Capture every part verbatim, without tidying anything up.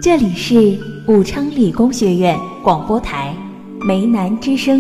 这里是武昌理工学院广播台梅南之声。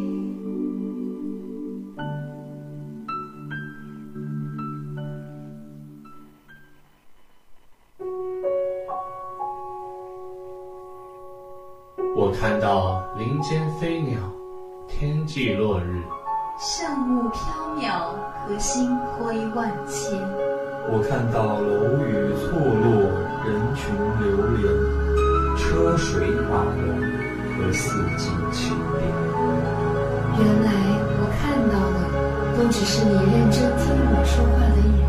我看到林间飞鸟，天际落日， 圣物飘渺，和星辉万千。 我看到楼宇错落，人群流连，车水马龙和四季清变。 原来我看到的都只是你认真听我说话的眼。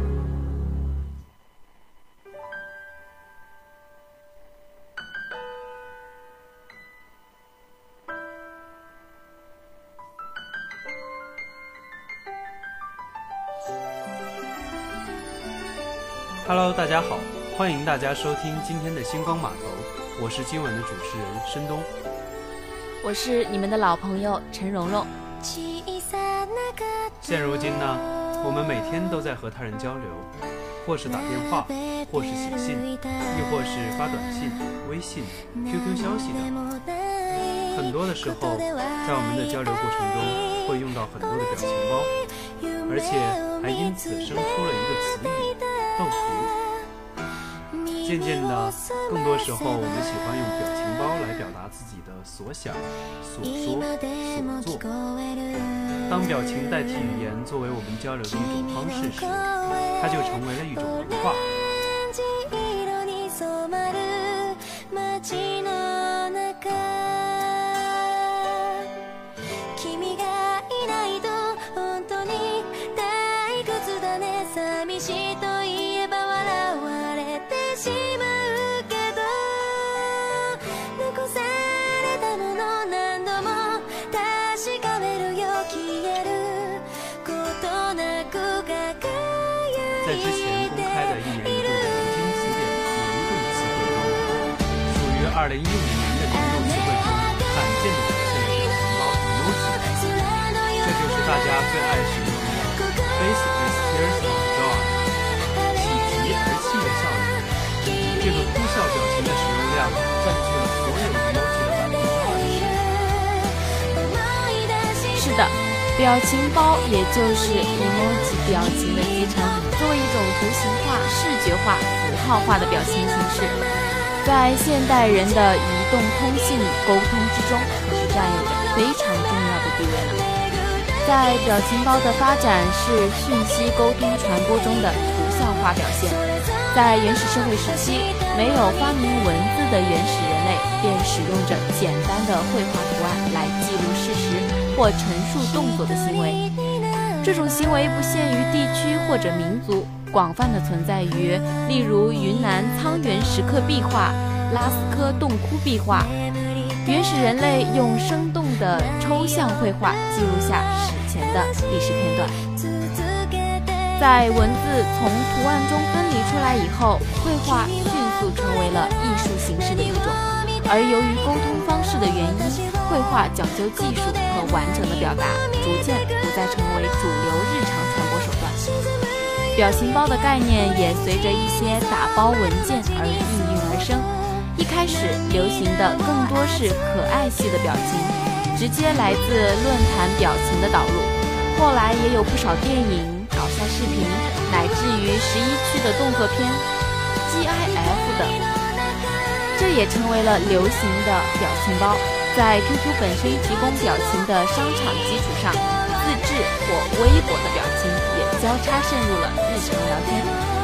Hello， 大家好，欢迎大家收听今天的星光码头，我是今晚的主持人申东， 我是你们的老朋友陈蓉蓉。 现如今呢，我们每天都在和他人交流，或是打电话，或是写信，亦或是发短信、微信、Q Q 消息等。很多的时候，在我们的交流过程中，会用到很多的表情包，而且还因此生出了一个词语斗图。渐渐的，更多时候我们喜欢用表情包来表达自己的所想、所说、所做。当表情代替语言作为我们交流的一种方式时，它就成为了一种文化。在之前公开的一年一度的牛津词典年度词汇中，属于二零一五年的年度词汇中罕见的出现了表情包 emoji， 这就是大家最爱使用的 face with tears of joy 喜极而泣的笑容。这个哭笑表情的使用量占据了所有 emoji 的百分之二十。 是的，表情包也就是 emoji 表情的集成，作为一种图形化、视觉化、符号化的表情形式，在现代人的移动通信沟通之中，可是占有着非常重要的地位呢。在表情包的发展是讯息沟通传播中的图像化表现。在原始社会时期，没有发明文字的原始人类便使用着简单的绘画图案来记录事实或陈述动作的行为。这种行为不限于地区或者民族，广泛的存在于例如云南沧源石刻壁画、拉斯科洞窟壁画。原始人类用生动的抽象绘画记录下史前的历史片段。在文字从图案中分离出来以后，绘画迅速成为了艺术形式的一种。而由于沟通方式的原因，绘画讲究技术和完整的表达，逐渐不再成为主流日常传播手段。表情包的概念也随着一些打包文件而应运而生。一开始流行的更多是可爱系的表情，直接来自论坛表情的导入。后来也有不少电影、搞笑视频，乃至于十一区的动作片、G I F 等。这也成为了流行的表情包，在 Q Q 本身提供表情的商场基础上，自制或微博的表情也交叉渗入了日常聊天。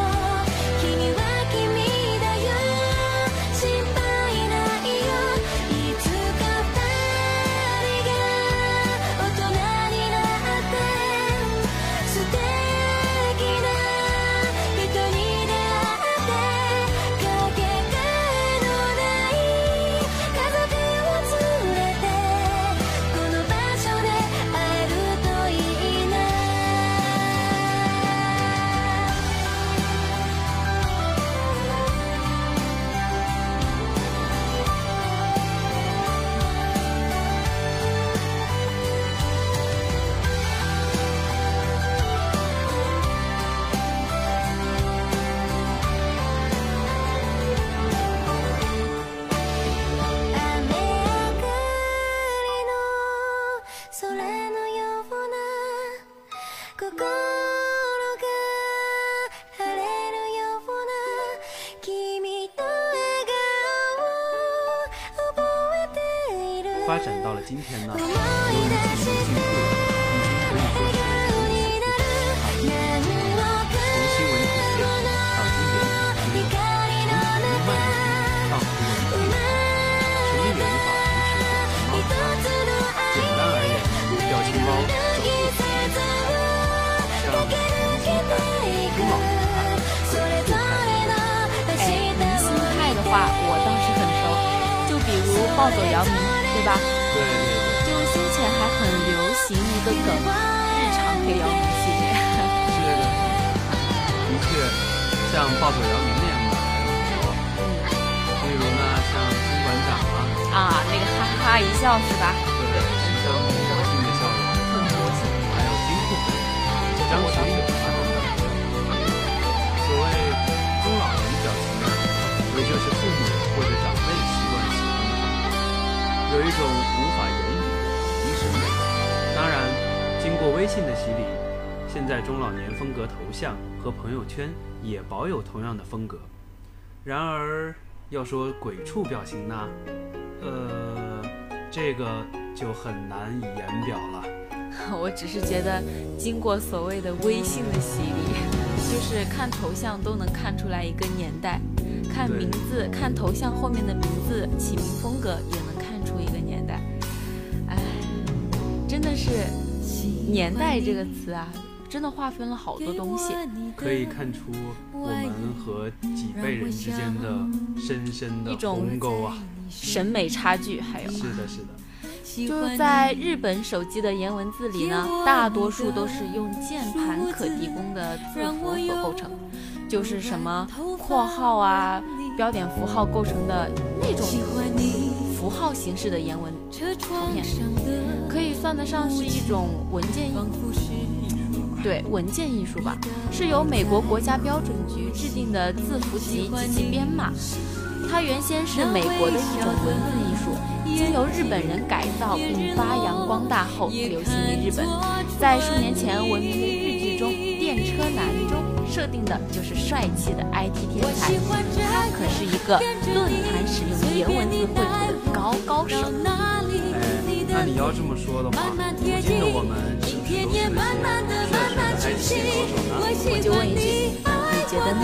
发展到了今天呢，由于技术进步，已经可以说是从新闻图片到经典影片，从语音漫游到图文配图，什么原因法同时表情包的发展。简单而言，表情包走入主流平台，像明星派、中老年派、鬼畜派。 哎，明星派的话，我倒是很熟，就比如暴走姚明，对吧？ 对对对。 就先前还很流行一个梗，日常黑姚明系列。 是的，的确，像暴走姚明那样的还有很多，例如呢，像金馆长啊， 啊，那个哈哈一笑是吧？ 对，很像魔性的笑容， 很魔性。 还有金库，张学友啊等等。所谓中老年表情呢，也就是父母或者长辈习惯喜欢的风格，有一种无法言语的统一审美。当然，经过微信的洗礼，现在中老年风格头像和朋友圈也保有同样的风格。然而，要说鬼畜表情呢，呃，这个就很难以言表了。 我只是觉得，经过所谓的微信的洗礼，就是看头像都能看出来一个年代，看名字、看头像后面的名字起名风格也能看出一个年代。哎，真的是年代这个词啊，真的划分了好多东西， 可以看出我们和几辈人之间的深深的鸿沟啊， 审美差距还有。 是的，是的。 就在日本手机的颜文字里呢，大多数都是用键盘可递供的字符所构成，就是什么括号啊、标点符号构成的那种符号形式的颜文图片，可以算得上是一种文件艺术。对，文件艺术吧，是由美国国家标准局制定的字符集及其编码。它原先是美国的一种文字艺术，经由日本人改造并发扬光大后流行于日本。在数年前闻名的日剧中，电车男中设定的就是帅气的 I T 天才，他可是一个论坛使用颜文字绘图的高高手。 哎，那你要这么说的话，如今的我们是不是都是那些帅帅的 I T 高手呢？ 我就问一句，你觉得呢？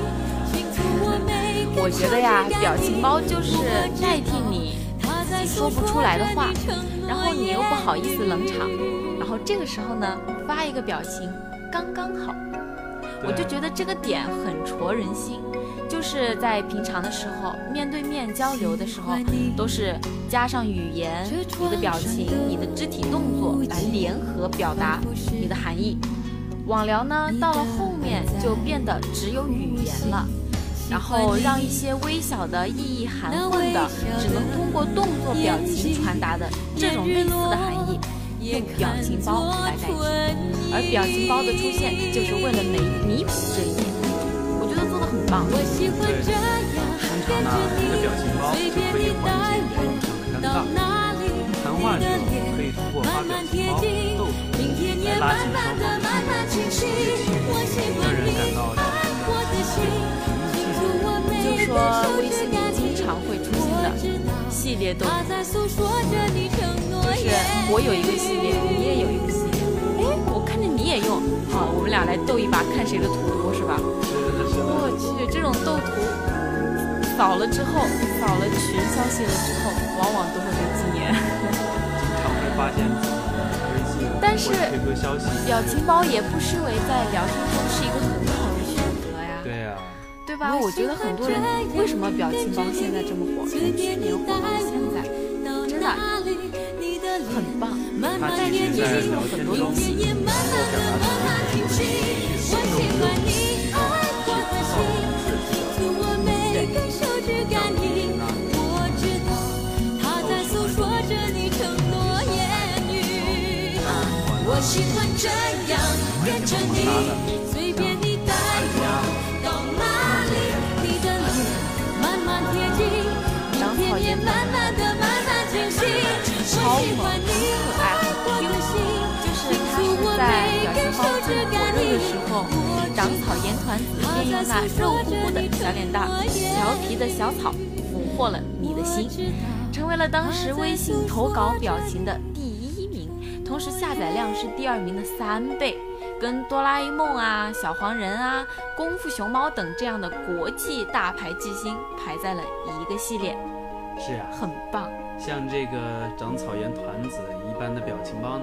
我觉得呀，表情包就是代替你自己说不出来的话，然后你又不好意思冷场，然后这个时候呢发一个表情刚刚好。我就觉得这个点很戳人心，就是在平常的时候面对面交流的时候，都是加上语言、你的表情、你的肢体动作来联合表达你的含义。网聊呢到了后面就变得只有语言了，然后让一些微小的意义含混的只能通过动作表情传达的这种类似的含义用表情包来代替，而表情包的出现就是为了弥弥补这一点，我觉得做得很棒。 对，通常呢一个表情包就可以缓解言语上的尴尬，谈话者可以通过发表情包斗图来拉近双方的距离，让人感到就说微信里经常会出现的系列斗图，就是我有一个系列，你也有一个系列，哎，我看着你也用，好，我们俩来斗一把，看谁的图多，是吧？我去，这种斗图扫了之后，扫了群消息了之后，往往都会被禁言。 经常会发现自己的微信但是或者 Q Q 消息， 表情包也不失为在聊天中是一个很好的选择呀。 对呀、啊。 对吧？我觉得很多人为什么表情包现在这么火，从去年火到现在，真的很棒。 它其实在聊天中能够表达出很多的情绪，又不用去套路式去表达。 对， 像你呢， 我喜欢这样跟着你，随便你带我。 长草颜慢慢的慢慢清晰，超萌可爱很 Q， 就是他是在表情包最火热的时候，长草颜团子便用那肉乎乎的小脸蛋、调皮的小草俘获了你的心。 成为了当时微信投稿表情的第一名，同时下载量是第二名的三倍，跟哆啦 A 梦啊、小黄人啊、功夫熊猫等这样的国际大牌巨星排在了一个系列。 是呀、啊， 很棒。 像这个长草原团子一般的表情包呢，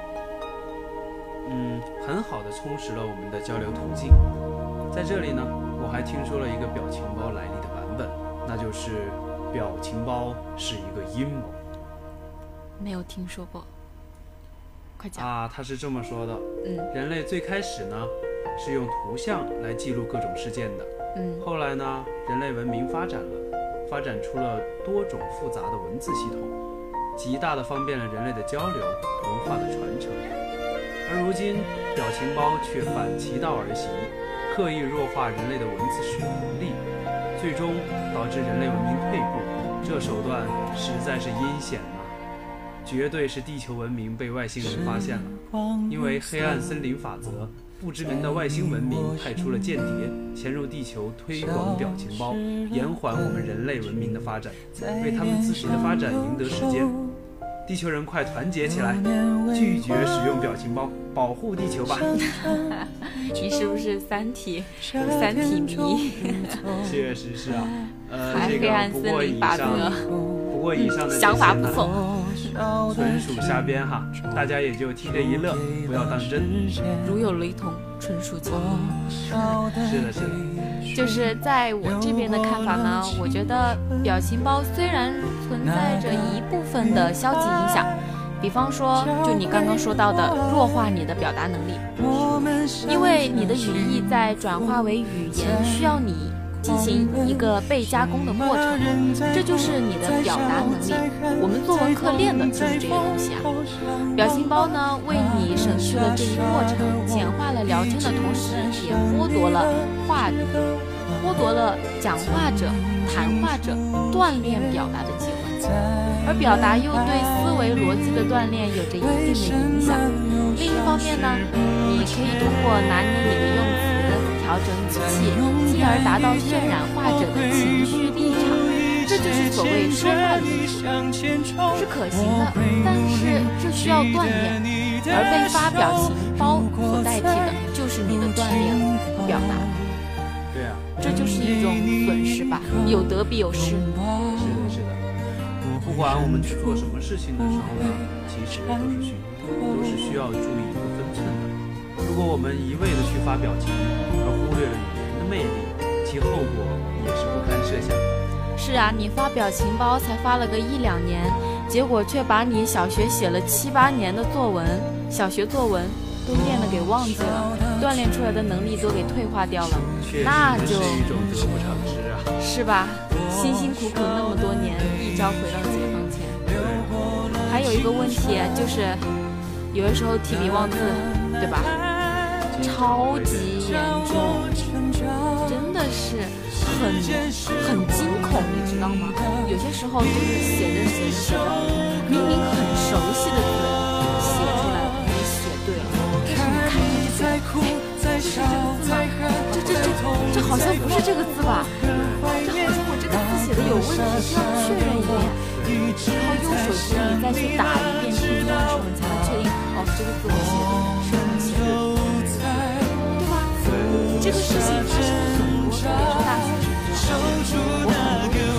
嗯，很好的充实了我们的交流途径。在这里呢，我还听说了一个表情包来历的版本，那就是表情包是一个阴谋。 没有听说过，快讲啊！他是这么说的， 嗯， 人类最开始呢是用图像来记录各种事件的， 嗯， 后来呢，人类文明发展了，发展出了多种复杂的文字系统，极大的方便了人类的交流、文化的传承。而如今，表情包却反其道而行，刻意弱化人类的文字使用能力，最终导致人类文明退步。这手段实在是阴险啊！绝对是地球文明被外星人发现了，因为黑暗森林法则，不知名的外星文明派出了间谍，潜入地球推广表情包，延缓我们人类文明的发展，为他们自己的发展赢得时间。地球人快团结起来，拒绝使用表情包，保护地球吧！ 你是不是三体三体迷？ 确实是啊，呃， 还黑暗森林法则。 不过以上的想法不同， 纯属瞎编哈，大家也就听着一乐，不要当真。 如有雷同，纯属巧合。 是的，是的。 就是在我这边的看法呢，我觉得表情包虽然存在着一部分的消极影响，比方说，就你刚刚说到的弱化你的表达能力，因为你的语义在转化为语言需要你进行一个被加工的过程，这就是你的表达能力。我们作文课练的就是这些东西啊。表情包呢，为你省去了这一过程，简化了聊天的同时，也剥夺了话语，剥夺了讲话者、谈话者锻炼表达的机会。而表达又对思维逻辑的锻炼有着一定的影响。另一方面呢，你可以通过拿捏你的用词，调整语气，进而达到渲染画者的情绪立场，这就是所谓说话艺术，是可行的，但是这需要锻炼。而被发表情包所代替的就是你的锻炼和表达。 对啊， 这就是一种损失吧，有得必有失。 是的，是的。不管我们去做什么事情的时候呢，其实都是需都是需要注意一个分寸的。如果我们一味的去发表情，而忽略了语言的魅力，其后果也是不堪设想的。 是啊，你发表情包才发了个一两年，结果却把你小学写了七八年的作文，小学作文都练得给忘记了，锻炼出来的能力都给退化掉了，那就是一种得不偿失啊， 是吧？辛辛苦苦那么多年，一朝回到解放前。还有一个问题就是，有的时候提笔忘字，对吧？超级严重，真的是很很惊恐，你知道吗？有些时候就是写着写着写着，明明很熟悉的字写出来了，也写对了，但是你看看就觉得，哎，不是这个字吗？这这这这好像不是这个字吧？这好像我这个字写的有问题，这样确认一遍，然后用手机里再去打一遍听说的时候，你才能确定，哦，这个字我写的是我写的，对吧？这个事情发生了很多，特别是大学生，我很多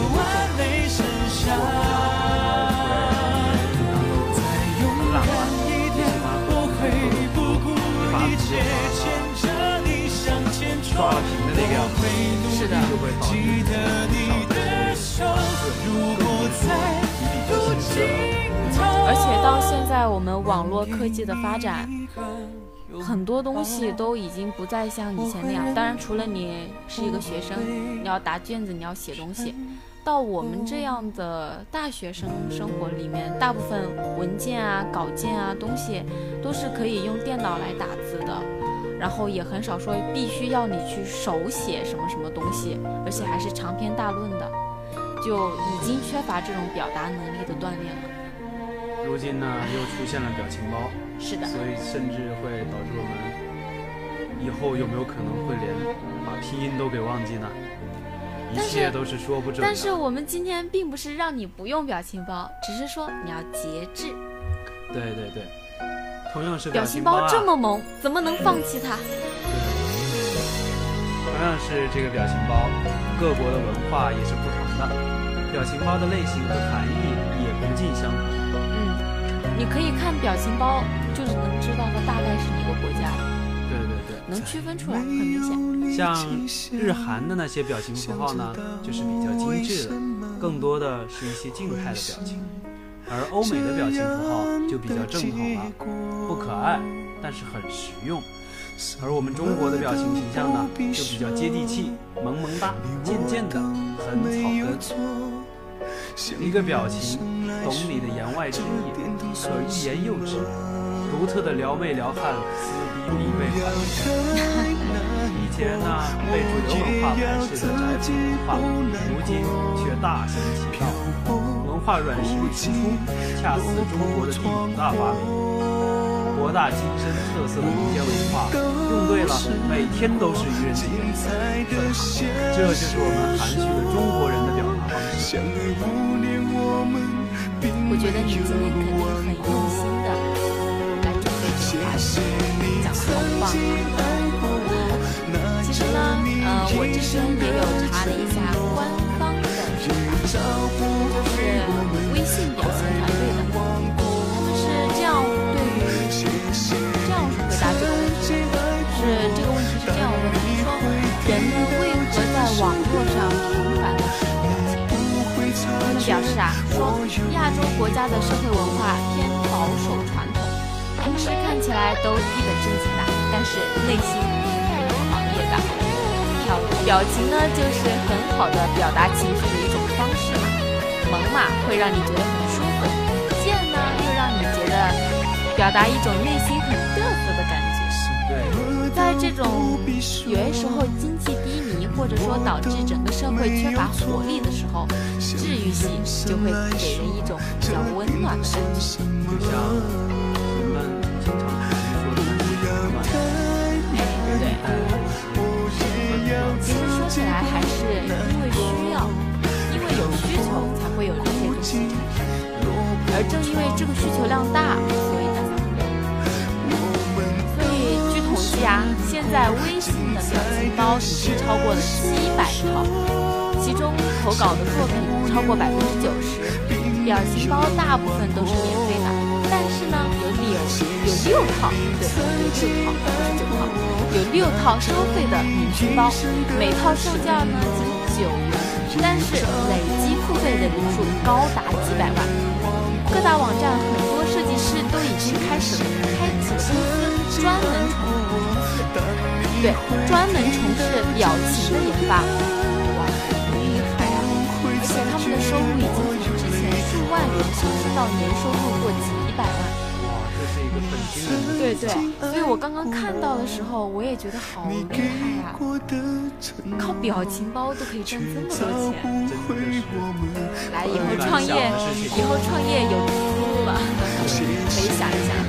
刷了屏的那个样子， 是的， 就会导致少的而且到现在，我们网络科技的发展，很多东西都已经不再像以前那样。当然，除了你是一个学生，你要答卷子，你要写东西。到我们这样的大学生生活里面，大部分文件啊、稿件啊东西都是可以用电脑来打字的。然后也很少说必须要你去手写什么什么东西，而且还是长篇大论的，就已经缺乏这种表达能力的锻炼了。 如今呢，又出现了表情包， 是的， 所以甚至会导致我们以后有没有可能会连把拼音都给忘记呢？ 一切都是说不准的。 但是我们今天并不是让你不用表情包，只是说你要节制。 对对对，同样是表情包、啊、 情包这么萌，怎么能放弃它？ 同样是这个表情包，各国的文化也是不同的，表情包的类型和含义也不尽相同。 嗯，你可以看表情包，就是能知道它大概是哪个国家。 对对对， 能区分出来，很明显。 像日韩的那些表情符号呢，就是比较精致的，更多的是一些静态的表情；而欧美的表情符号就比较正统了，不可爱，但是很实用。而我们中国的表情形象呢，就比较接地气，萌萌哒，贱贱的，很草根。一个表情，懂你的言外之意，可欲言又止，独特的撩妹撩汉，撕逼必备款。以前呢，被主流文化排斥的宅腐文化，如今却大行其道，文化软实力突出，恰似中国的第五大发明。博大精深特色的民间文化，用对了，每天都是愚人节。这就是我们含蓄的中国人的表达方式。 我觉得你今天肯定很用心的来准备这个话题，讲得好棒。其实呢，呃，我这边也有查了一下官方的说法，就是微信表情团队的，他们是这样对于这样回答这个问题，是这个问题是这样问的，说人们为何在网络上频繁的使用表情？他们表示啊，说亚洲国家的社会文化偏保守传统，平时看起来都一本正经的，但是内心很狂野的。表表情呢，就是很好的表达情绪的一种方式嘛。萌嘛，会让你觉得很舒服；贱呢，又让你觉得表达一种内心很嘚瑟的感觉。 对， 在这种有些时候经济低迷，或者说导致整个社会缺乏活力的时候，治愈系就会给人一种比较温暖的感觉。 就像人们经常说的那些温暖， 哎，对。其实说起来还是因为需要，因为有需求才会有这些东西产生，而正因为这个需求量大，所以大家所以据统计啊，现在微信的表情包已经超过了七百套，其中投稿的作品超过百分之九十，表情包大部分都是免费的，但是呢，有理由有六套，对，有六套，不是九套。有六套收费的明星包，每套售价呢仅九元，但是累计付费的人数高达几百万。各大网站很多设计师都已经开始开启了公司，专门从对专门从事表情的研发。哇，厉害啊！而且他们的收入已经从之前数万元上升到年收入过几百万。对对，所以我刚刚看到的时候，我也觉得好厉害啊！靠表情包都可以挣这么多钱，来以后创业，以后创业有出路了，可以想一想。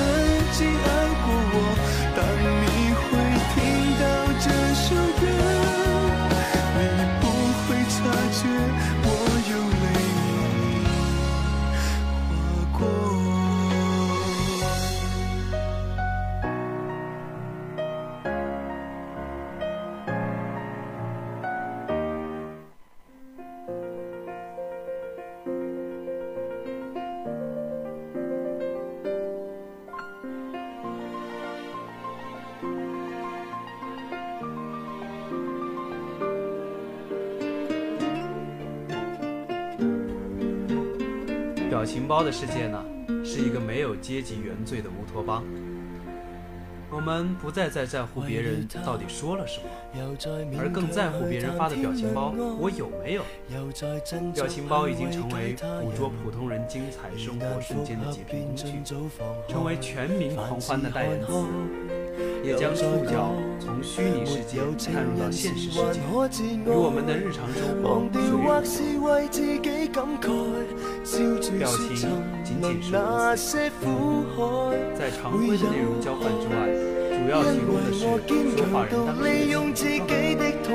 表情包的世界呢，是一个没有阶级原罪的乌托邦。我们不再再在乎别人到底说了什么，而更在乎别人发的表情包我有没有。表情包已经成为捕捉普通人精彩生活瞬间的截屏工具，成为全民狂欢的代言词，也将触角从虚拟世界探入到现实世界，与我们的日常生活水与不表情仅仅是文字，在常规的内容交换之外，主要提供的是说话人当时的情绪状态。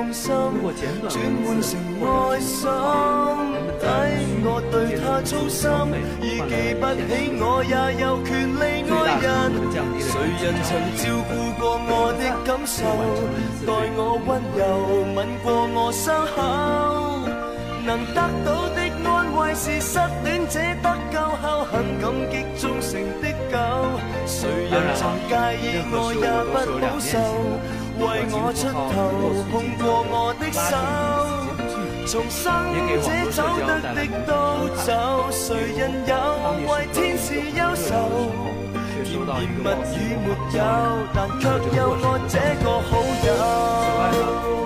痛心， 如果简短轉換文字成或愛者心。 人們抵我對他操心，已記不起我也有權利愛人。誰人曾照顧過我的感受，待我溫柔吻過我傷口？能得到的安慰是失戀者得救後很感激忠誠的狗。誰人曾介意我也不好受，為我出頭碰過我的手。從生者走得的都走，誰人有為天使憂愁？甜言蜜語沒有，但卻有我這個好友。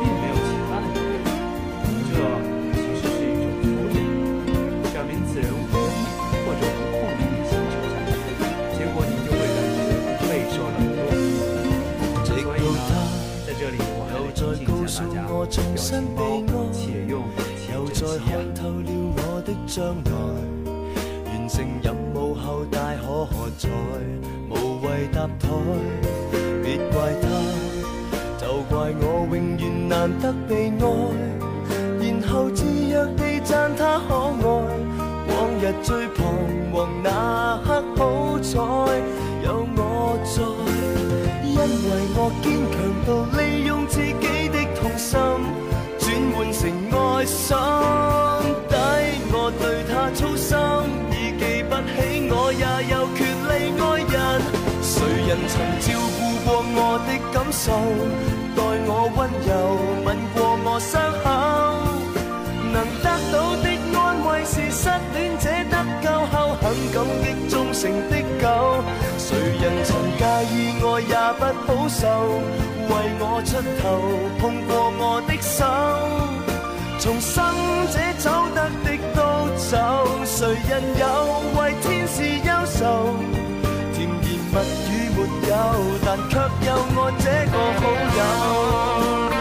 我重新被愛，又再看透了我的將來。完成任務後大可喝彩，無謂搭台。別怪他，就怪我永遠難得被愛，然後自若地讚他可愛。往日最彷徨那刻好彩，有我在，因為我堅強到利用自己的痛心轉換成愛心。抵我對他操心，已記不起我也有權利愛人。誰人曾照顧過我的感受，待我溫柔吻過我傷口？能得到的安慰是失戀者得救後很感激忠誠的狗。誰人曾介意我也不好受，為我出頭碰過我的手。從生者走得的都走，誰人有為天使憂愁？甜言蜜語沒有，但卻有我這個好友。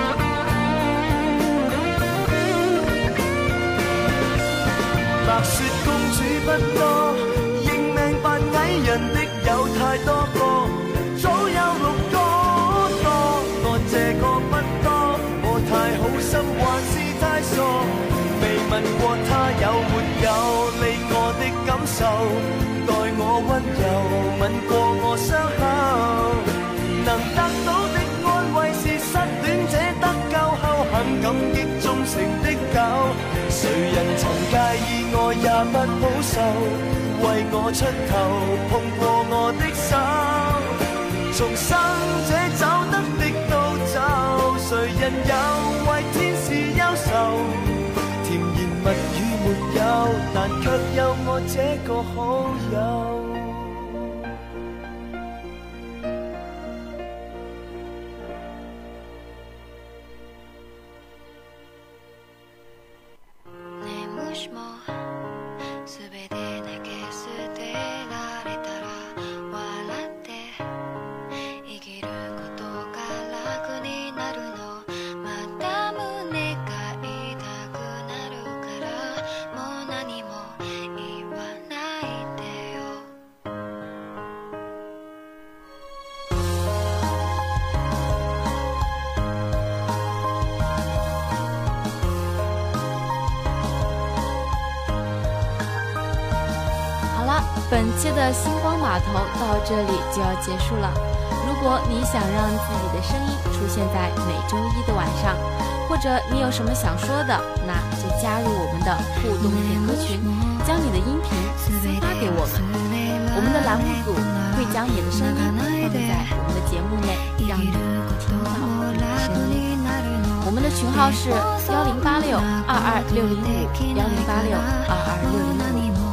白雪公主不多，認命扮矮人的有太多個，早有六個多，我這個不多。我太好心還是太傻，未問過他有沒有理我的感受，待我溫柔吻過我傷口。能得到的安慰是失戀者得救後很感激忠誠的狗。誰人曾介意我也不好受，為我出頭碰過我的手。從生者走得的都走，誰人有為天使憂愁？甜言蜜語沒有，但卻有我這個好友。 本期的星光码头到这里就要结束了。如果你想让自己的声音出现在每周一的晚上，或者你有什么想说的，那就加入我们的互动点歌群，将你的音频私发给我们。我们的栏目组会将你的声音放在我们的节目内，让你听到你的声音。我们的群号是幺零八六二二六零五幺零八六二二六零五。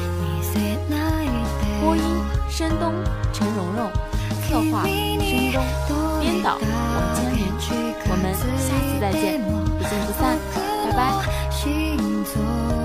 播音申东、陈蓉蓉，策划申东，编导王千林。我们下次再见，不见不散，拜拜。